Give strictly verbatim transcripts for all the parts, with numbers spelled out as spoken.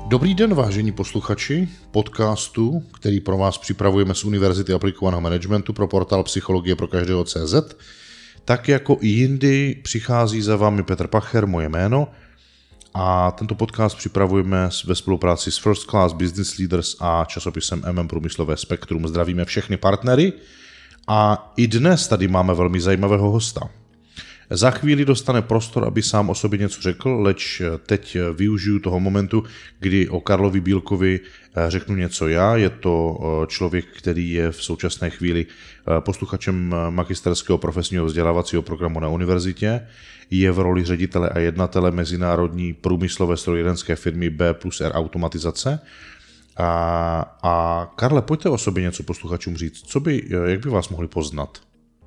Dobrý den, vážení posluchači podcastu, který pro vás připravujeme z Univerzity aplikovaného managementu pro portál Psychologie pro každého tečka cé zet. Tak jako i jindy přichází za vámi Petr Pacher, moje jméno, a tento podcast připravujeme ve spolupráci s First Class Business Leaders a časopisem M M Průmyslové spektrum. Zdravíme všechny partnery a i dnes tady máme velmi zajímavého hosta. Za chvíli dostane prostor, aby sám o sobě něco řekl, leč teď využiju toho momentu, kdy o Karlovi Bílkovi řeknu něco já. Je to člověk, který je v současné chvíli posluchačem magisterského profesního vzdělávacího programu na univerzitě. Je v roli ředitele a jednatele mezinárodní průmyslové strojírenské firmy B plus R Automatizace. A, a Karle, pojďte o sobě něco posluchačům říct. Co by, jak by vás mohli poznat?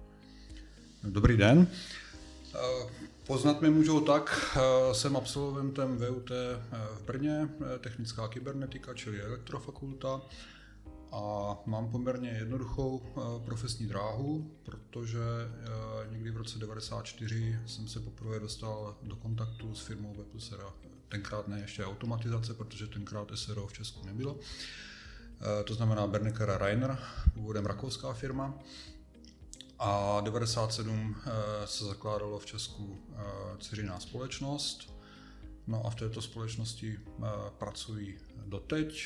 Dobrý den. Poznat mě můžou tak, jsem absolventem V U T v Brně, technická kybernetika, čili elektrofakulta, a mám poměrně jednoduchou profesní dráhu, protože někdy v roce devadesát čtyři jsem se poprvé dostal do kontaktu s firmou B plus R. Tenkrát ne ještě automatizace, protože tenkrát S R O v Česku nebylo. To znamená Bernecker a Rainer, původem rakouská firma. A devadesát sedm se zakládalo v Česku dceřiná společnost. No a v této společnosti pracuji doteď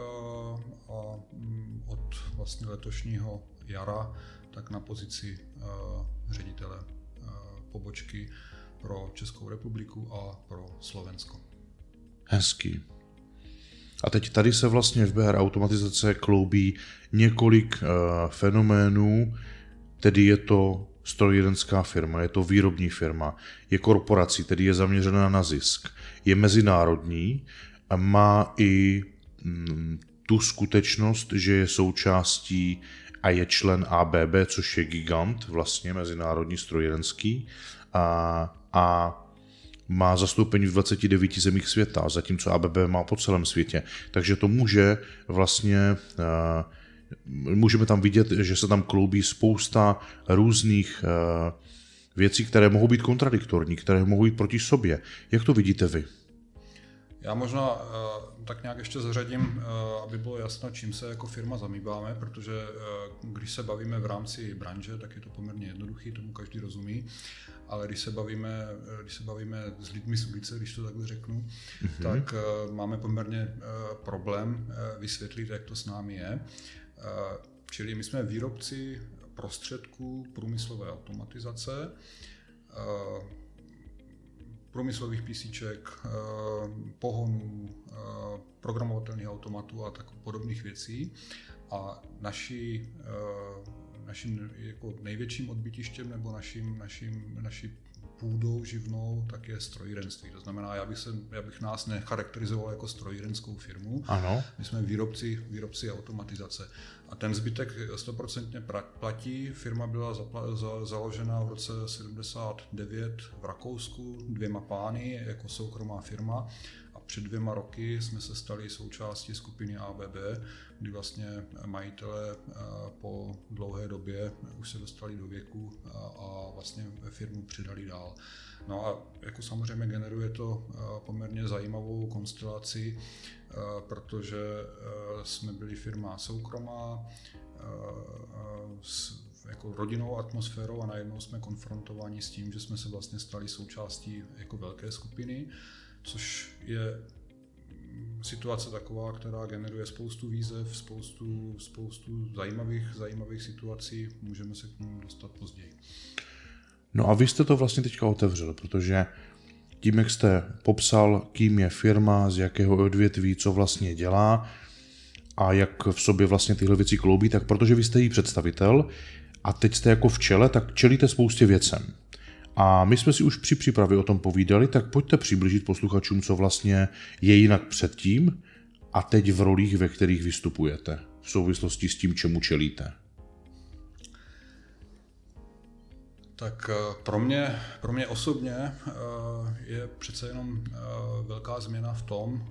a od vlastně letošního jara tak na pozici ředitele pobočky pro Českou republiku a pro Slovensko. Hezký. A teď tady se vlastně v B R Automatizace kloubí několik uh, fenoménů. Tedy je to strojírenská firma, je to výrobní firma, je korporací, tedy je zaměřená na zisk, je mezinárodní a má i mm, tu skutečnost, že je součástí a je člen A B B, což je gigant, vlastně mezinárodní strojírenský, a, a má zastoupení v dvaceti devíti zemích světa, zatímco A B B má po celém světě. Takže to může vlastně... Uh, Můžeme tam vidět, že se tam kloubí spousta různých věcí, které mohou být kontradiktorní, které mohou být proti sobě. Jak to vidíte vy? Já možná tak nějak ještě zařadím, aby bylo jasno, čím se jako firma zamýváme, protože když se bavíme v rámci branže, tak je to poměrně jednoduchý, tomu každý rozumí, ale když se bavíme, když se bavíme s lidmi z ulice, když to takhle řeknu, mm-hmm. tak máme poměrně problém vysvětlit, jak to s námi je. Čili my jsme výrobci prostředků průmyslové automatizace, průmyslových písíček, pohonů, programovatelných automatů a tak podobných věcí. A naši, naším jako největším odbytištěm nebo naším, naším, naší půdou živnou tak je strojírenství. To znamená, já bych, se, já bych nás necharakterizoval jako strojírenskou firmu. Ano. My jsme výrobci, výrobci automatizace. A ten zbytek stoprocentně platí. Firma byla zapla- za, založena v roce sedmdesát devět v Rakousku dvěma pány jako soukromá firma. A před dvěma roky jsme se stali součástí skupiny A B B, kdy vlastně majitelé po dlouhé době už se dostali do věku a vlastně firmu přidali dál. No a jako samozřejmě generuje to poměrně zajímavou konstelaci, protože jsme byli firma soukromá, s jako rodinnou atmosférou a najednou jsme konfrontováni s tím, že jsme se vlastně stali součástí jako velké skupiny, což je situace taková, která generuje spoustu výzev, spoustu, spoustu zajímavých, zajímavých situací, můžeme se k nim dostat později. No a vy jste to vlastně teďka otevřel, protože tím, jak jste popsal, kým je firma, z jakého odvětví, co vlastně dělá a jak v sobě vlastně tyhle věci kloubí, tak protože vy jste její představitel a teď jste jako v čele, tak čelíte spoustě věcem. A my jsme si už při přípravě o tom povídali, tak pojďte přiblížit posluchačům, co vlastně je jinak předtím a teď v rolích, ve kterých vystupujete, v souvislosti s tím, čemu čelíte. Tak pro mě, pro mě osobně je přece jenom velká změna v tom,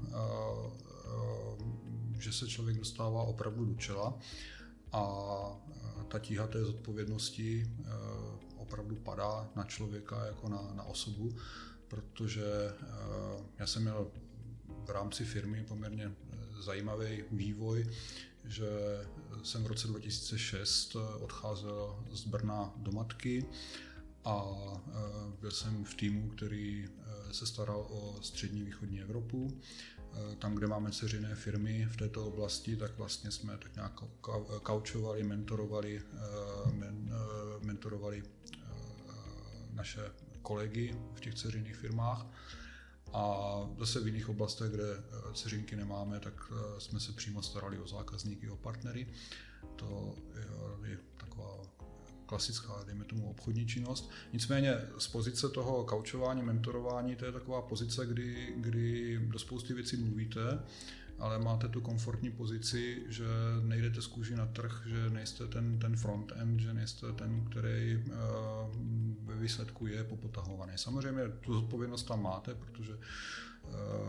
že se člověk dostává opravdu do čela a ta tíha té zodpovědnosti opravdu padá na člověka jako na, na osobu, protože já jsem měl v rámci firmy poměrně zajímavý vývoj, že jsem v roce dva tisíce šest odcházel z Brna do matky a byl jsem v týmu, který se staral o střední východní Evropu. Tam, kde máme dceřiné firmy v této oblasti, tak vlastně jsme tak nějak kaučovali, mentorovali, men, mentorovali naše kolegy v těch dceřiných firmách. A zase v jiných oblastech, kde dceřinky nemáme, tak jsme se přímo starali o zákazníky, o partnery. To je taková klasická, dejme tomu, obchodní činnost. Nicméně z pozice toho kaučování, mentorování, to je taková pozice, kdy, kdy do spousty věcí mluvíte, ale máte tu komfortní pozici, že nejdete z kůži na trh, že nejste ten, ten front-end, že nejste ten, který uh, ve výsledku je popotahovaný. Samozřejmě tu zodpovědnost tam máte, protože uh,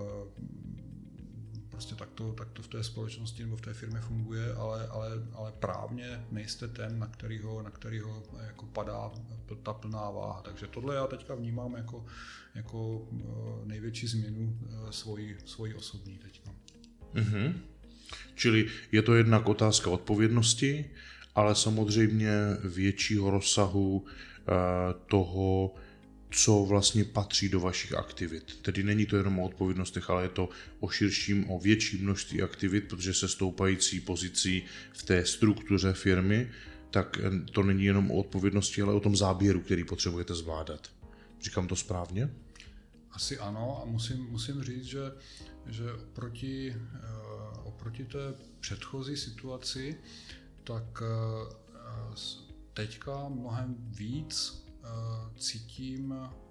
prostě takto, takto v té společnosti nebo v té firmě funguje, ale, ale, ale právně nejste ten, na kterýho, na kterýho jako padá ta plná váha. Takže tohle já teďka vnímám jako, jako největší změnu svoji, svoji osobní teďka. Mm-hmm. Čili je to jednak otázka odpovědnosti, ale samozřejmě většího rozsahu uh, toho, co vlastně patří do vašich aktivit. Tedy není to jenom o odpovědnostech, ale je to o širším, o větším množství aktivit, protože se stoupající pozicí v té struktuře firmy, tak to není jenom o odpovědnosti, ale o tom záběru, který potřebujete zvládat. Říkám to správně? Asi ano a musím, musím říct, že, že oproti, uh, oproti té předchozí situaci, tak uh, teďka mnohem víc cítím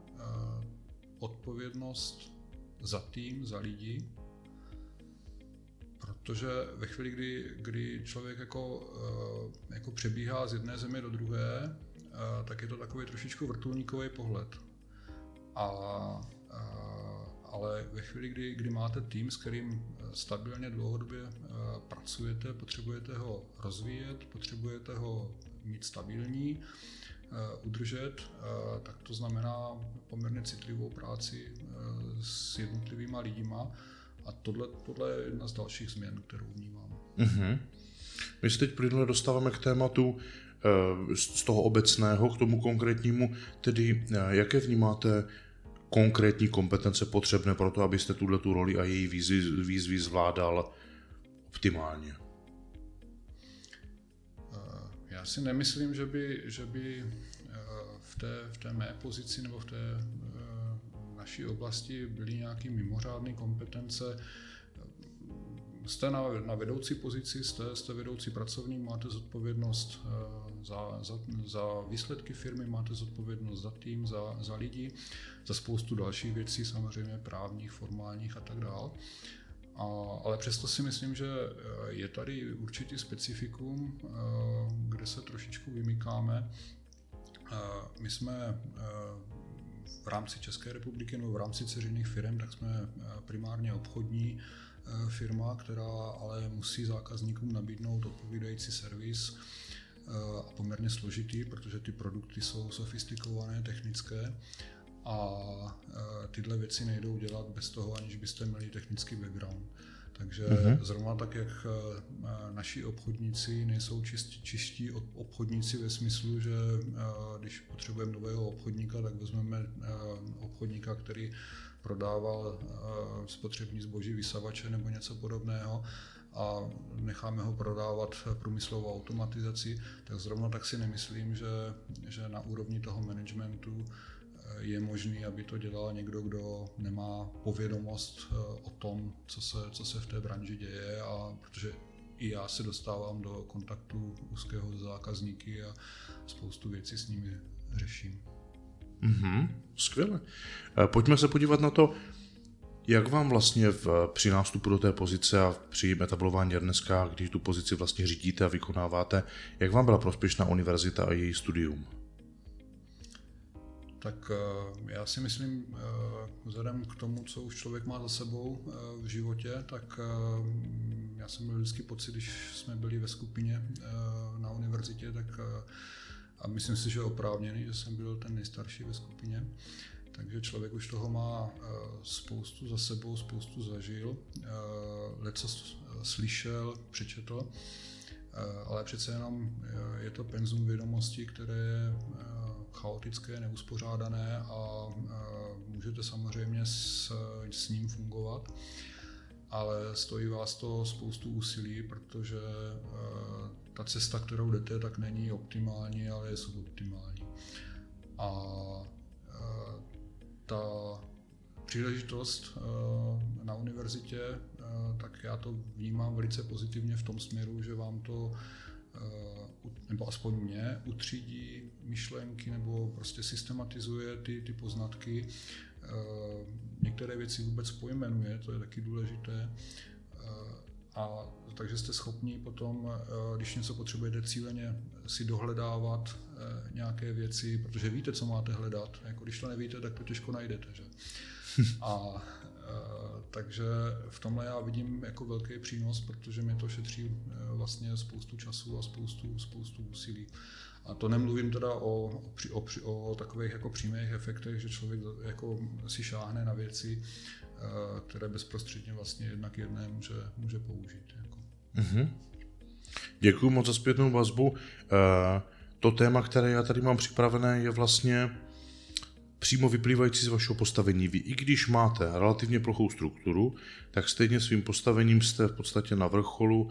odpovědnost za tým, za lidi, protože ve chvíli, kdy, kdy člověk jako, jako přebíhá z jedné země do druhé, tak je to takový trošičku vrtulníkový pohled. A, ale ve chvíli, kdy, kdy máte tým, s kterým stabilně dlouhodobě pracujete, potřebujete ho rozvíjet, potřebujete ho mít stabilní, udržet, tak to znamená poměrně citlivou práci s jednotlivýma lidima a tohle, tohle je jedna z dalších změn, kterou vnímám. Mm-hmm. My se teď plynule dostáváme k tématu z toho obecného k tomu konkrétnímu, tedy jaké vnímáte konkrétní kompetence potřebné pro to, abyste tuhletu roli a její výzvy, výzvy zvládal optimálně? Já si nemyslím, že by, že by v, té, v té mé pozici nebo v té naší oblasti byly nějaké mimořádné kompetence. Jste na, na vedoucí pozici, jste, jste vedoucí pracovník, máte zodpovědnost za, za, za výsledky firmy, máte zodpovědnost za tým, za, za lidi, za spoustu dalších věcí, samozřejmě právních, formálních a tak dále. A, ale přesto si myslím, že je tady určitý specifikum, kde se trošičku vymykáme. My jsme v rámci České republiky nebo v rámci dceřiných firm, tak jsme primárně obchodní firma, která ale musí zákazníkům nabídnout odpovídající servis a poměrně složitý, protože ty produkty jsou sofistikované, technické. A tyhle věci nejdou dělat bez toho, aniž byste měli technický background. Takže uh-huh. zrovna tak, jak naši obchodníci nejsou čistí, čistí obchodníci ve smyslu, že když potřebujeme nového obchodníka, tak vezmeme obchodníka, který prodával spotřební zboží, vysavače nebo něco podobného a necháme ho prodávat průmyslovou automatizaci, tak zrovna tak si nemyslím, že, že na úrovni toho managementu je možný, aby to dělal někdo, kdo nemá povědomost o tom, co se, co se v té branži děje, a protože i já se dostávám do kontaktu úzkého zákazníky a spoustu věcí s nimi řeším. Mm-hmm, skvěle. Pojďme se podívat na to, jak vám vlastně v, při nástupu do té pozice a při etablování dneska, když tu pozici vlastně řídíte a vykonáváte, jak vám byla prospěšná univerzita a její studium? Tak já si myslím, vzhledem k tomu, co už člověk má za sebou v životě, tak já jsem měl vždycky pocit, když jsme byli ve skupině na univerzitě, tak a myslím si, že oprávněný, že jsem byl ten nejstarší ve skupině, takže takže člověk už toho má spoustu za sebou, spoustu zažil, leco slyšel, přečetl, ale přece jenom je to penzum vědomostí, které je chaotické, neuspořádané a můžete samozřejmě s, s ním fungovat, ale stojí vás to spoustu úsilí, protože ta cesta, kterou jdete, tak není optimální, ale je suboptimální. A ta příležitost na univerzitě, tak já to vnímám velice pozitivně v tom směru, že vám to, nebo aspoň mě, utřídí myšlenky nebo prostě systematizuje ty, ty poznatky. Některé věci vůbec pojmenuje, to je taky důležité. A takže jste schopni potom, když něco potřebujete cíleně, si dohledávat nějaké věci, protože víte, co máte hledat. Jako když to nevíte, tak to těžko najdete. Že? A takže v tomhle já vidím jako velký přínos, protože mi to šetří vlastně spoustu času a spoustu, spoustu úsilí. A to nemluvím teda o, o, o, o takových jako přímých efektech, že člověk jako si šáhne na věci, které bezprostředně vlastně jednak jedné může, může použít. Jako. Mm-hmm. Děkuji moc za zpětnou vazbu. To téma, které já tady mám připravené, je vlastně přímo vyplývající z vašeho postavení. Vy, i když máte relativně plochou strukturu, tak stejně svým postavením jste v podstatě na vrcholu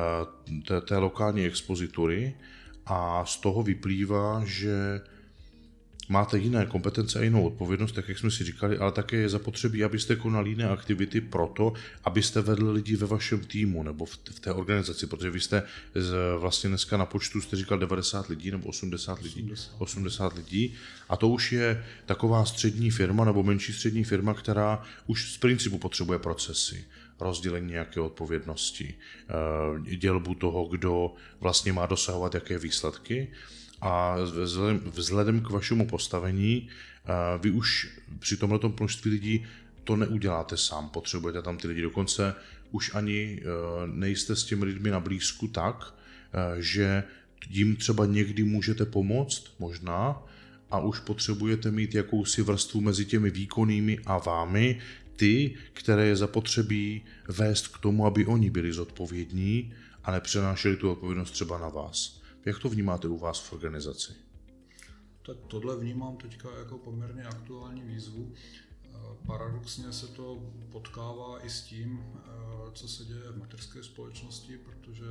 té, té lokální expozitury a z toho vyplývá, že máte jiné kompetence a jinou odpovědnost, tak jak jsme si říkali, ale také je zapotřebí, abyste konali jiné aktivity proto, abyste vedli lidi ve vašem týmu nebo v té organizaci, protože vy jste vlastně dneska na počtu, jste říkal devadesát lidí nebo osmdesát lidí, osmdesát lidí a to už je taková střední firma nebo menší střední firma, která už z principu potřebuje procesy, rozdělení nějaké odpovědnosti, dělbu toho, kdo vlastně má dosahovat jaké výsledky. A vzhledem, vzhledem k vašemu postavení, vy už při tomhletom množství lidí to neuděláte sám, potřebujete tam ty lidi. Dokonce už ani nejste s těmi lidmi na blízku tak, že jim třeba někdy můžete pomoct, možná, a už potřebujete mít jakousi vrstvu mezi těmi výkonnými a vámi, ty, které je zapotřebí vést k tomu, aby oni byli zodpovědní a nepřenášeli tu odpovědnost třeba na vás. Jak to vnímáte u vás v organizaci? Tak tohle vnímám teďka jako poměrně aktuální výzvu. Paradoxně se to potkává i s tím, co se děje v mateřské společnosti, protože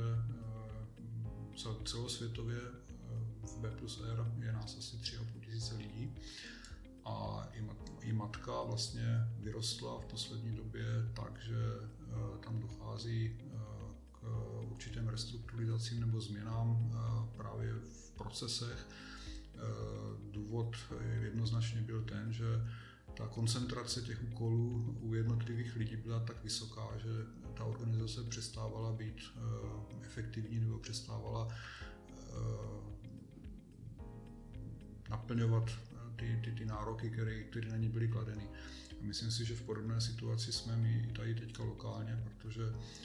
celosvětově v B plus R je nás asi tři a půl tisíce lidí a i matka vlastně vyrostla v poslední době tak, že tam dochází k určitým restrukturalizacím nebo změnám právě v procesech. Důvod jednoznačně byl ten, že ta koncentrace těch úkolů u jednotlivých lidí byla tak vysoká, že ta organizace přestávala být efektivní nebo přestávala naplňovat ty, ty, ty nároky, které, které na ní byly kladeny. A myslím si, že v podobné situaci jsme my i tady teďka lokálně, protože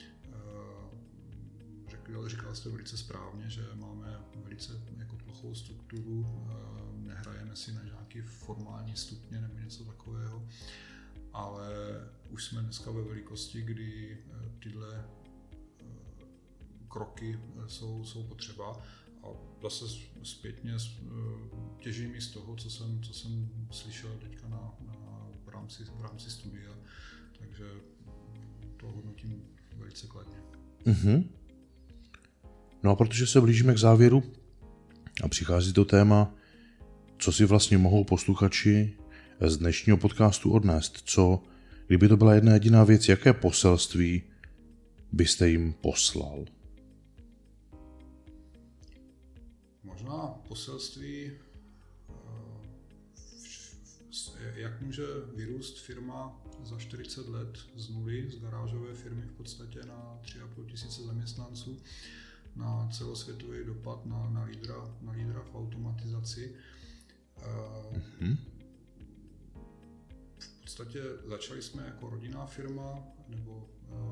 řekl, říkal jste velice správně, že máme velice jako plochou strukturu, nehrajeme si na nějaký formální stupně nebo něco takového, ale už jsme dneska ve velikosti, kdy tyhle kroky jsou, jsou potřeba. A zase zpětně těží mi z toho, co jsem, co jsem slyšel teďka na, na, v, rámci, v rámci studia, takže to hodnotím velice kladně. Mm-hmm. No a protože se blížíme k závěru a přichází to téma, co si vlastně mohou posluchači z dnešního podcastu odnést, co, kdyby to byla jedna jediná věc, jaké poselství byste jim poslal? Možná poselství, jak může vyrůst firma za čtyřicet let z nuly, z garážové firmy v podstatě na tři a půl tisíce zaměstnanců, na celosvětový dopad na, na, lídra, na lídra v automatizaci. Mm-hmm. V podstatě začali jsme jako rodinná firma, nebo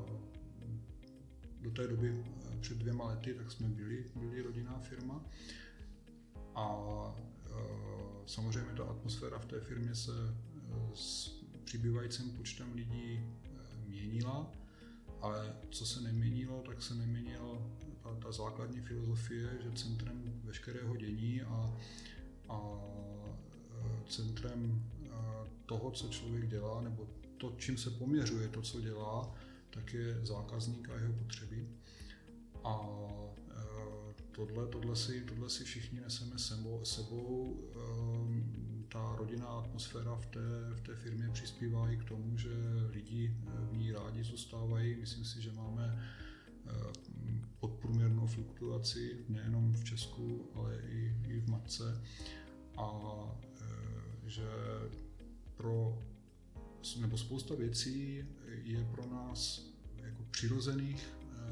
do té doby před dvěma lety, tak jsme byli, byli rodinná firma. A samozřejmě ta atmosféra v té firmě se s přibývajícím počtem lidí měnila, ale co se neměnilo, tak se neměnila ta, ta základní filozofie, že centrem veškerého dění a, a centrem toho, co člověk dělá, nebo to, čím se poměřuje to, co dělá, tak je zákazník a jeho potřeby. A tohle, tohle, si, tohle si všichni neseme sebou. sebou. Ta rodinná atmosféra v té, v té firmě přispívá i k tomu, že lidi v ní rádi zůstávají. Myslím si, že máme podprůměrnou fluktuaci nejenom v Česku, ale i, i v matce. A že pro, nebo spousta věcí je pro nás jako přirozených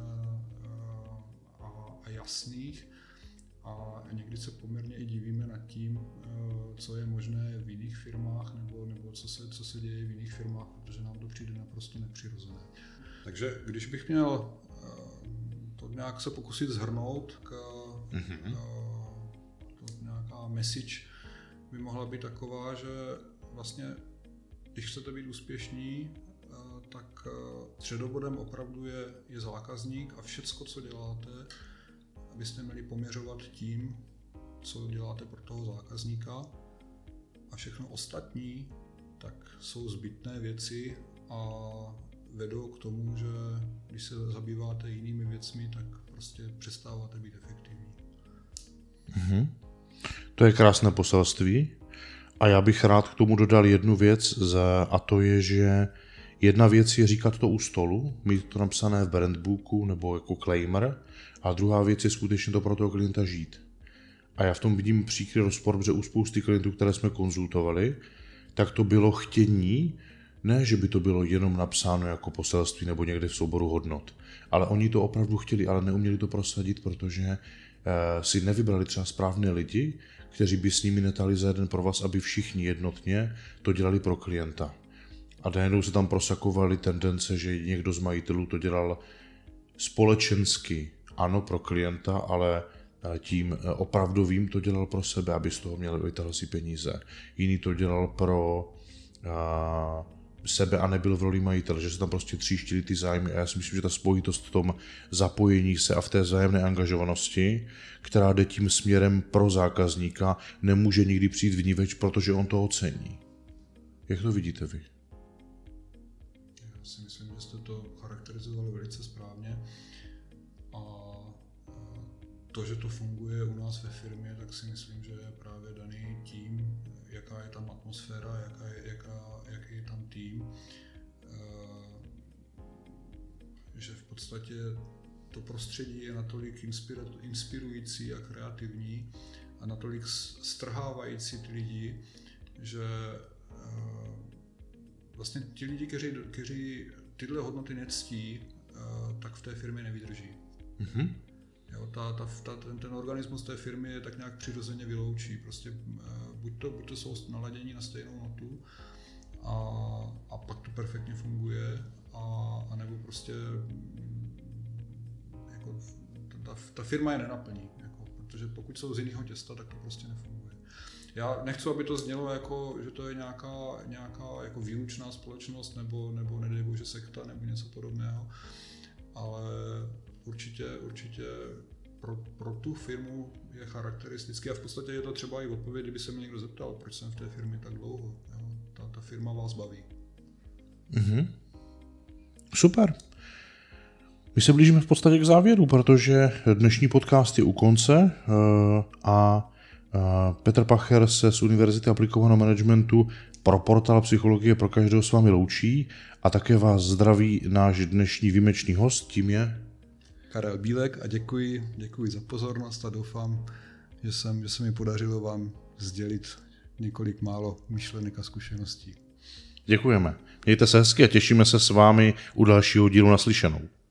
a, a jasných a někdy se poměrně i divíme nad tím, co je možné v jiných firmách nebo, nebo co, se, co se děje v jiných firmách, protože nám to přijde naprosto nepřirozené. Takže když bych měl to nějak se pokusit shrnout, tak mm-hmm. to nějaká message by mohla být taková, že vlastně, když chcete být úspěšní, tak středobodem opravdu je, je zákazník a všecko, co děláte, abyste měli poměřovat tím, co děláte pro toho zákazníka, a všechno ostatní tak jsou zbytné věci a vedou k tomu, že když se zabýváte jinými věcmi, tak prostě přestáváte být efektivní. Mm-hmm. To je krásné poselství a já bych rád k tomu dodal jednu věc, a to je, že jedna věc je říkat to u stolu, mít to napsané v brandbooku nebo jako claimer, a druhá věc je skutečně to pro toho klienta žít. A já v tom vidím příkrý rozpor, protože u spousty klientů, které jsme konzultovali, tak to bylo chtění, ne, že by to bylo jenom napsáno jako poselství nebo někde v souboru hodnot, ale oni to opravdu chtěli, ale neuměli to prosadit, protože eh, si nevybrali třeba správné lidi, kteří by s nimi netali za jeden provaz, aby všichni jednotně to dělali pro klienta. A najednou se tam prosakovaly tendence, že někdo z majitelů to dělal společensky, ano, pro klienta, ale tím opravdovým to dělal pro sebe, aby z toho měl vytáhl si peníze. Jiný to dělal pro a, sebe a nebyl v roli majitele, že se tam prostě tříštily ty zájmy. A já si myslím, že ta spojitost v tom zapojení se a v té vzájemné angažovanosti, která jde tím směrem pro zákazníka, nemůže nikdy přijít vniveč, protože on to ocení. Jak to vidíte vy? Já si myslím, že jste to charakterizovali velice správně. A to, že to funguje u nás ve firmě, tak si myslím, že je právě daný tím, jaká je tam atmosféra, jaká je, jaká, jaký je tam tým. Že v podstatě to prostředí je natolik inspirující a kreativní a natolik strhávající ty lidi, že vlastně ti lidi, kteří, kteří tyhle hodnoty nectí, tak v té firmě nevydrží. Mm-hmm. Jo, ta, ta, ta, ten, ten organismus té firmy je tak nějak přirozeně vyloučí. Prostě buď to, buď to jsou naladění na stejnou notu a, a pak to perfektně funguje, a, a nebo prostě jako, ta, ta firma je nenaplní. Jako, protože pokud jsou z jiného těsta, tak to prostě nefunguje. Já nechci, aby to znělo jako, že to je nějaká, nějaká jako výlučná společnost nebo, nebo nedej bože sekta nebo něco podobného, ale určitě, určitě pro, pro tu firmu je charakteristický a v podstatě je to třeba i odpověď, kdyby se mě někdo zeptal, proč jsem v té firmě tak dlouho. Jo? Ta, ta firma vás baví. Mm-hmm. Super. My se blížíme v podstatě k závěru, protože dnešní podcast je u konce a Petr Pacher se z Univerzity aplikovaného managementu pro portál Psychologie pro každého s vámi loučí a také vás zdraví náš dnešní výjimečný host, tím je Karel Bílek a děkuji, děkuji za pozornost a doufám, že, jsem, že se mi podařilo vám sdělit několik málo myšlenek a zkušeností. Děkujeme. Mějte se hezky a těšíme se s vámi u dalšího dílu Naslyšenou.